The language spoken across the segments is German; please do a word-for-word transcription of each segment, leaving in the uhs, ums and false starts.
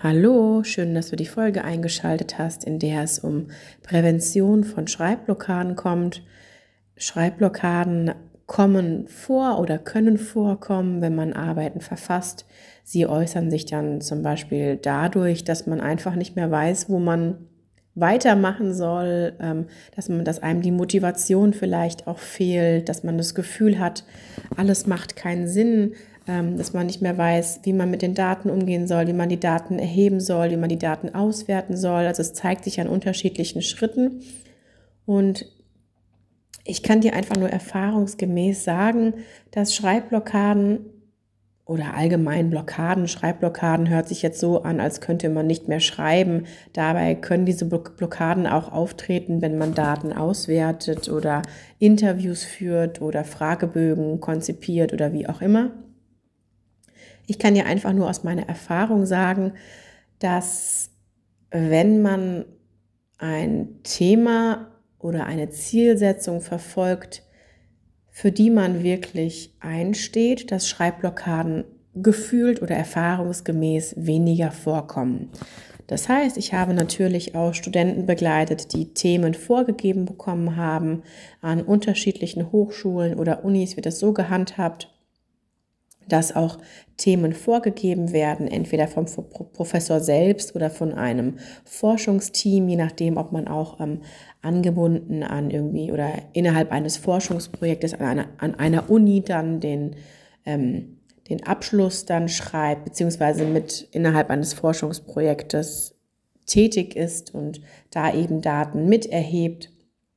Hallo, schön, dass du die Folge eingeschaltet hast, in der es um Prävention von Schreibblockaden kommt. Schreibblockaden kommen vor oder können vorkommen, wenn man Arbeiten verfasst. Sie äußern sich dann zum Beispiel dadurch, dass man einfach nicht mehr weiß, wo man weitermachen soll, ähm, dass man, dass einem die Motivation vielleicht auch fehlt, dass man das Gefühl hat, alles macht keinen Sinn, ähm, dass man nicht mehr weiß, wie man mit den Daten umgehen soll, wie man die Daten erheben soll, wie man die Daten auswerten soll. Also es zeigt sich an unterschiedlichen Schritten und ich kann dir einfach nur erfahrungsgemäß sagen, dass Schreibblockaden oder allgemein Blockaden, Schreibblockaden hört sich jetzt so an, als könnte man nicht mehr schreiben. Dabei können diese Blockaden auch auftreten, wenn man Daten auswertet oder Interviews führt oder Fragebögen konzipiert oder wie auch immer. Ich kann dir einfach nur aus meiner Erfahrung sagen, dass wenn man ein Thema oder eine Zielsetzung verfolgt, für die man wirklich einsteht, dass Schreibblockaden gefühlt oder erfahrungsgemäß weniger vorkommen. Das heißt, ich habe natürlich auch Studenten begleitet, die Themen vorgegeben bekommen haben. An unterschiedlichen Hochschulen oder Unis wird es so gehandhabt, dass auch Themen vorgegeben werden, entweder vom Professor selbst oder von einem Forschungsteam, je nachdem, ob man auch ähm, angebunden an irgendwie oder innerhalb eines Forschungsprojektes an einer, an einer Uni dann den, ähm, den Abschluss dann schreibt, beziehungsweise mit innerhalb eines Forschungsprojektes tätig ist und da eben Daten miterhebt,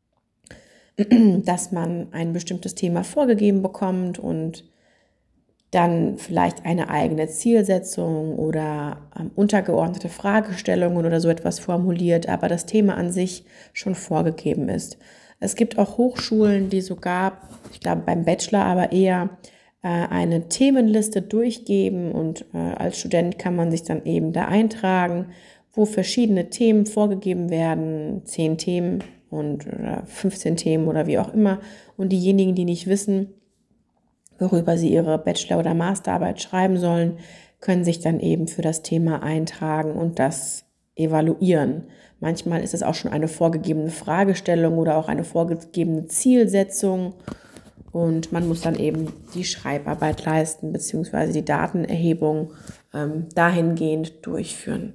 dass man ein bestimmtes Thema vorgegeben bekommt und dann vielleicht eine eigene Zielsetzung oder ähm, untergeordnete Fragestellungen oder so etwas formuliert, aber das Thema an sich schon vorgegeben ist. Es gibt auch Hochschulen, die sogar, ich glaube beim Bachelor aber eher äh, eine Themenliste durchgeben und äh, als Student kann man sich dann eben da eintragen, wo verschiedene Themen vorgegeben werden, zehn Themen und oder fünfzehn Themen oder wie auch immer. Und diejenigen, die nicht wissen, worüber sie ihre Bachelor- oder Masterarbeit schreiben sollen, können sich dann eben für das Thema eintragen und das evaluieren. Manchmal ist es auch schon eine vorgegebene Fragestellung oder auch eine vorgegebene Zielsetzung und man muss dann eben die Schreibarbeit leisten bzw. die Datenerhebung ähm, dahingehend durchführen.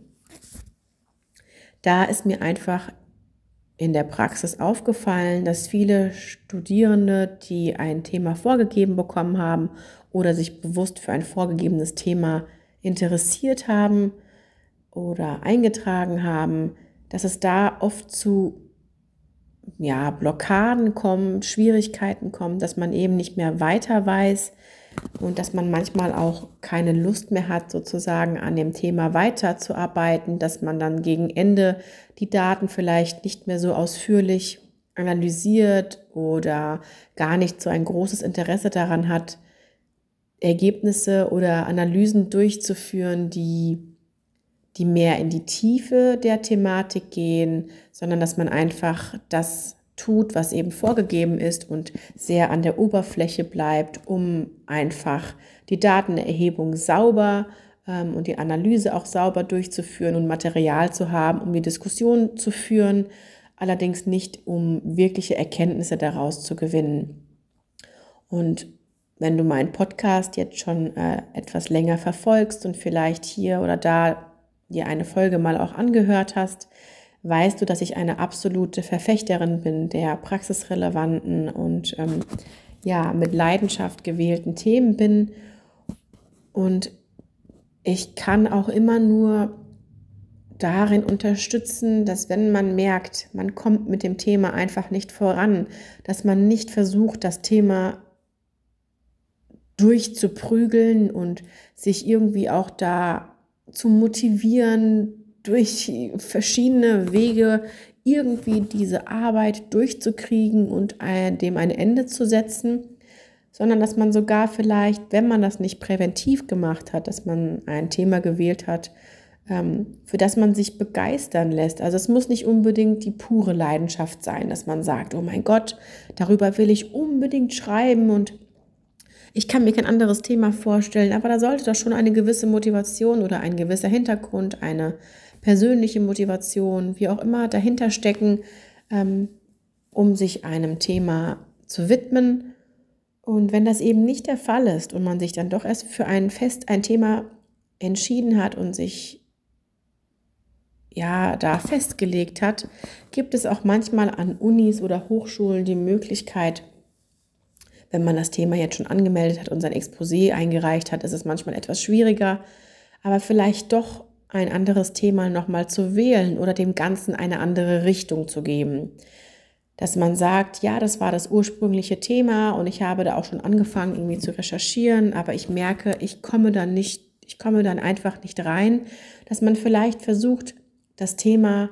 Da ist mir einfach in der Praxis aufgefallen, dass viele Studierende, die ein Thema vorgegeben bekommen haben oder sich bewusst für ein vorgegebenes Thema interessiert haben oder eingetragen haben, dass es da oft zu ja, Blockaden kommt, Schwierigkeiten kommt, dass man eben nicht mehr weiter weiß und dass man manchmal auch keine Lust mehr hat, sozusagen an dem Thema weiterzuarbeiten, dass man dann gegen Ende die Daten vielleicht nicht mehr so ausführlich analysiert oder gar nicht so ein großes Interesse daran hat, Ergebnisse oder Analysen durchzuführen, die die mehr in die Tiefe der Thematik gehen, sondern dass man einfach das tut, was eben vorgegeben ist und sehr an der Oberfläche bleibt, um einfach die Datenerhebung sauber ähm, und die Analyse auch sauber durchzuführen und Material zu haben, um die Diskussion zu führen, allerdings nicht, um wirkliche Erkenntnisse daraus zu gewinnen. Und wenn du meinen Podcast jetzt schon äh, etwas länger verfolgst und vielleicht hier oder da dir eine Folge mal auch angehört hast, weißt du, dass ich eine absolute Verfechterin bin der praxisrelevanten und ähm, ja, mit Leidenschaft gewählten Themen bin. Und ich kann auch immer nur darin unterstützen, dass wenn man merkt, man kommt mit dem Thema einfach nicht voran, dass man nicht versucht, das Thema durchzuprügeln und sich irgendwie auch da zu motivieren, durch verschiedene Wege irgendwie diese Arbeit durchzukriegen und dem ein Ende zu setzen, sondern dass man sogar vielleicht, wenn man das nicht präventiv gemacht hat, dass man ein Thema gewählt hat, für das man sich begeistern lässt. Also es muss nicht unbedingt die pure Leidenschaft sein, dass man sagt, oh mein Gott, darüber will ich unbedingt schreiben und ich kann mir kein anderes Thema vorstellen, aber da sollte doch schon eine gewisse Motivation oder ein gewisser Hintergrund, eine persönliche Motivation, wie auch immer, dahinter stecken, ähm, um sich einem Thema zu widmen. Und wenn das eben nicht der Fall ist und man sich dann doch erst für ein fest ein Thema entschieden hat und sich ja da festgelegt hat, gibt es auch manchmal an Unis oder Hochschulen die Möglichkeit, wenn man das Thema jetzt schon angemeldet hat und sein Exposé eingereicht hat, ist es manchmal etwas schwieriger, aber vielleicht doch ein anderes Thema nochmal zu wählen oder dem Ganzen eine andere Richtung zu geben. Dass man sagt, ja, das war das ursprüngliche Thema und ich habe da auch schon angefangen, irgendwie zu recherchieren, aber ich merke, ich komme dann nicht, ich komme dann einfach nicht rein, dass man vielleicht versucht, das Thema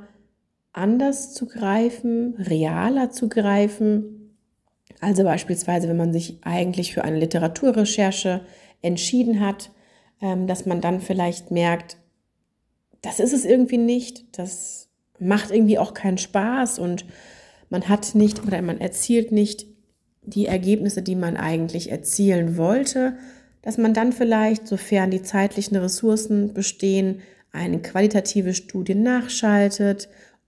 anders zu greifen, realer zu greifen. Also beispielsweise, wenn man sich eigentlich für eine Literaturrecherche entschieden hat, dass man dann vielleicht merkt, das ist es irgendwie nicht, das macht irgendwie auch keinen Spaß und man hat nicht oder man erzielt nicht die Ergebnisse, die man eigentlich erzielen wollte, dass man dann vielleicht, sofern die zeitlichen Ressourcen bestehen, eine qualitative Studie nachschaltet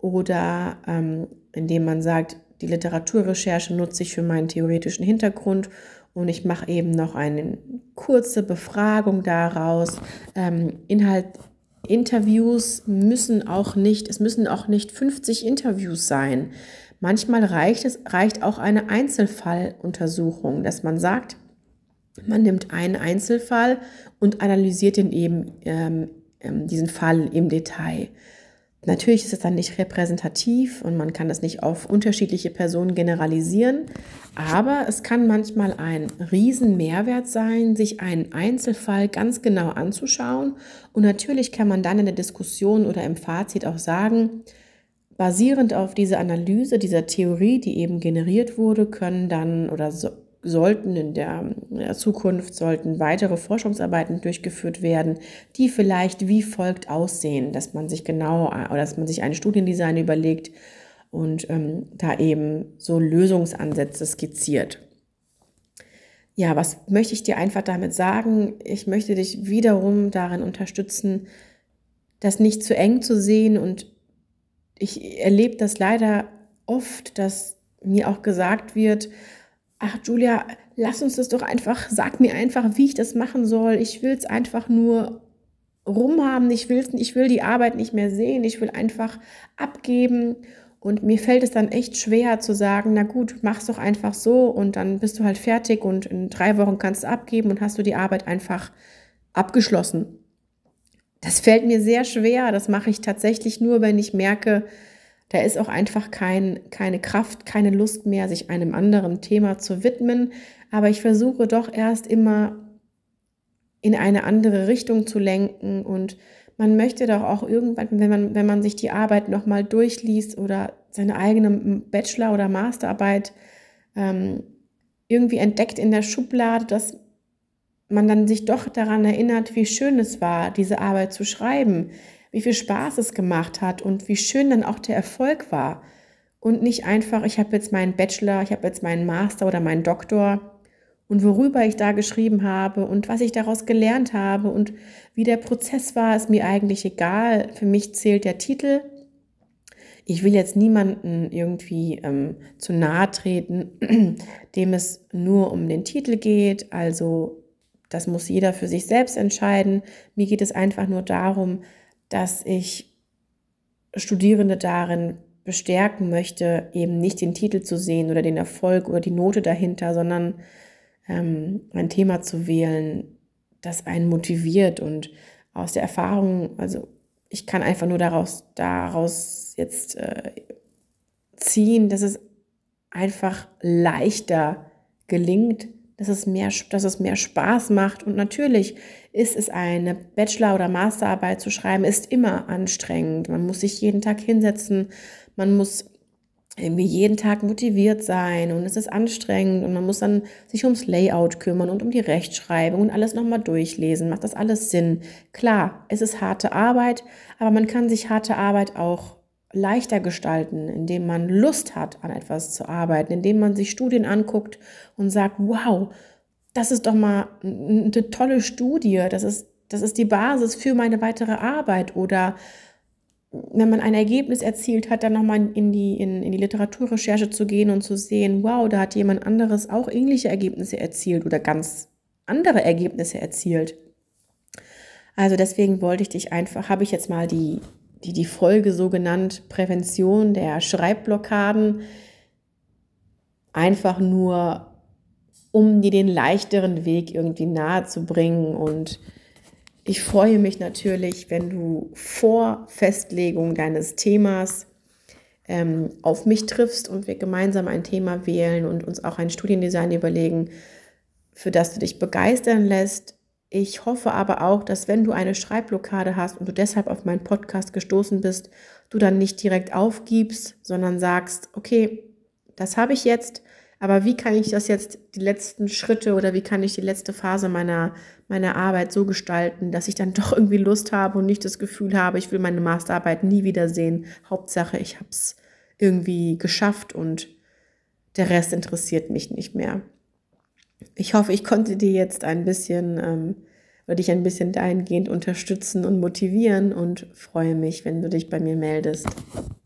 oder ähm, indem man sagt, die Literaturrecherche nutze ich für meinen theoretischen Hintergrund und ich mache eben noch eine kurze Befragung daraus. Ähm, Inhalt, Interviews müssen auch nicht, es müssen auch nicht fünfzig Interviews sein. Manchmal reicht es, reicht auch eine Einzelfalluntersuchung, dass man sagt, man nimmt einen Einzelfall und analysiert den eben, ähm, diesen Fall im Detail. Natürlich ist es dann nicht repräsentativ und man kann das nicht auf unterschiedliche Personen generalisieren, aber es kann manchmal ein riesen Mehrwert sein, sich einen Einzelfall ganz genau anzuschauen und natürlich kann man dann in der Diskussion oder im Fazit auch sagen, basierend auf dieser Analyse, dieser Theorie, die eben generiert wurde, können dann oder so, sollten in der, in der Zukunft sollten weitere Forschungsarbeiten durchgeführt werden, die vielleicht wie folgt aussehen, dass man sich genau oder dass man sich ein Studiendesign überlegt und ähm, da eben so Lösungsansätze skizziert. Ja, was möchte ich dir einfach damit sagen? Ich möchte dich wiederum darin unterstützen, das nicht zu eng zu sehen und ich erlebe das leider oft, dass mir auch gesagt wird, ach Julia, lass uns das doch einfach, sag mir einfach, wie ich das machen soll. Ich will es einfach nur rumhaben, ich, will's, ich will die Arbeit nicht mehr sehen, ich will einfach abgeben. Und mir fällt es dann echt schwer zu sagen, na gut, mach's doch einfach so und dann bist du halt fertig und in drei Wochen kannst du abgeben und hast du die Arbeit einfach abgeschlossen. Das fällt mir sehr schwer, das mache ich tatsächlich nur, wenn ich merke, da ist auch einfach kein, keine Kraft, keine Lust mehr, sich einem anderen Thema zu widmen. Aber ich versuche doch erst immer in eine andere Richtung zu lenken. Und man möchte doch auch irgendwann, wenn man, wenn man sich die Arbeit nochmal durchliest oder seine eigene Bachelor- oder Masterarbeit ähm, irgendwie entdeckt in der Schublade, dass man dann sich doch daran erinnert, wie schön es war, diese Arbeit zu schreiben, wie viel Spaß es gemacht hat und wie schön dann auch der Erfolg war. Und nicht einfach, ich habe jetzt meinen Bachelor, ich habe jetzt meinen Master oder meinen Doktor und worüber ich da geschrieben habe und was ich daraus gelernt habe und wie der Prozess war, ist mir eigentlich egal. Für mich zählt der Titel. Ich will jetzt niemanden irgendwie ähm, zu nahe treten, dem es nur um den Titel geht, also das muss jeder für sich selbst entscheiden. Mir geht es einfach nur darum, dass ich Studierende darin bestärken möchte, eben nicht den Titel zu sehen oder den Erfolg oder die Note dahinter, sondern ähm, ein Thema zu wählen, das einen motiviert. Und aus der Erfahrung, also ich kann einfach nur daraus, daraus jetzt äh, ziehen, dass es einfach leichter gelingt, dass es mehr, dass es mehr Spaß macht. Und natürlich ist es eine Bachelor- oder Masterarbeit zu schreiben, ist immer anstrengend. Man muss sich jeden Tag hinsetzen, man muss irgendwie jeden Tag motiviert sein und es ist anstrengend und man muss dann sich ums Layout kümmern und um die Rechtschreibung und alles nochmal durchlesen. Macht das alles Sinn? Klar, es ist harte Arbeit, aber man kann sich harte Arbeit auch leichter gestalten, indem man Lust hat, an etwas zu arbeiten, indem man sich Studien anguckt und sagt, wow, das ist doch mal eine tolle Studie, das ist, das ist die Basis für meine weitere Arbeit. Oder wenn man ein Ergebnis erzielt hat, dann nochmal in die, in, in die Literaturrecherche zu gehen und zu sehen, wow, da hat jemand anderes auch ähnliche Ergebnisse erzielt oder ganz andere Ergebnisse erzielt. Also deswegen wollte ich dich einfach, habe ich jetzt mal die, die, die Folge so genannt, Prävention der Schreibblockaden, einfach nur, um dir den leichteren Weg irgendwie nahe zu bringen. Und ich freue mich natürlich, wenn du vor Festlegung deines Themas ähm, auf mich triffst und wir gemeinsam ein Thema wählen und uns auch ein Studiendesign überlegen, für das du dich begeistern lässt. Ich hoffe aber auch, dass wenn du eine Schreibblockade hast und du deshalb auf meinen Podcast gestoßen bist, du dann nicht direkt aufgibst, sondern sagst, okay, das habe ich jetzt, aber wie kann ich das jetzt, die letzten Schritte oder wie kann ich die letzte Phase meiner, meiner Arbeit so gestalten, dass ich dann doch irgendwie Lust habe und nicht das Gefühl habe, ich will meine Masterarbeit nie wiedersehen. Hauptsache, ich habe es irgendwie geschafft und der Rest interessiert mich nicht mehr. Ich hoffe, ich konnte dir jetzt ein bisschen, ähm, oder dich ein bisschen dahingehend unterstützen und motivieren und freue mich, wenn du dich bei mir meldest.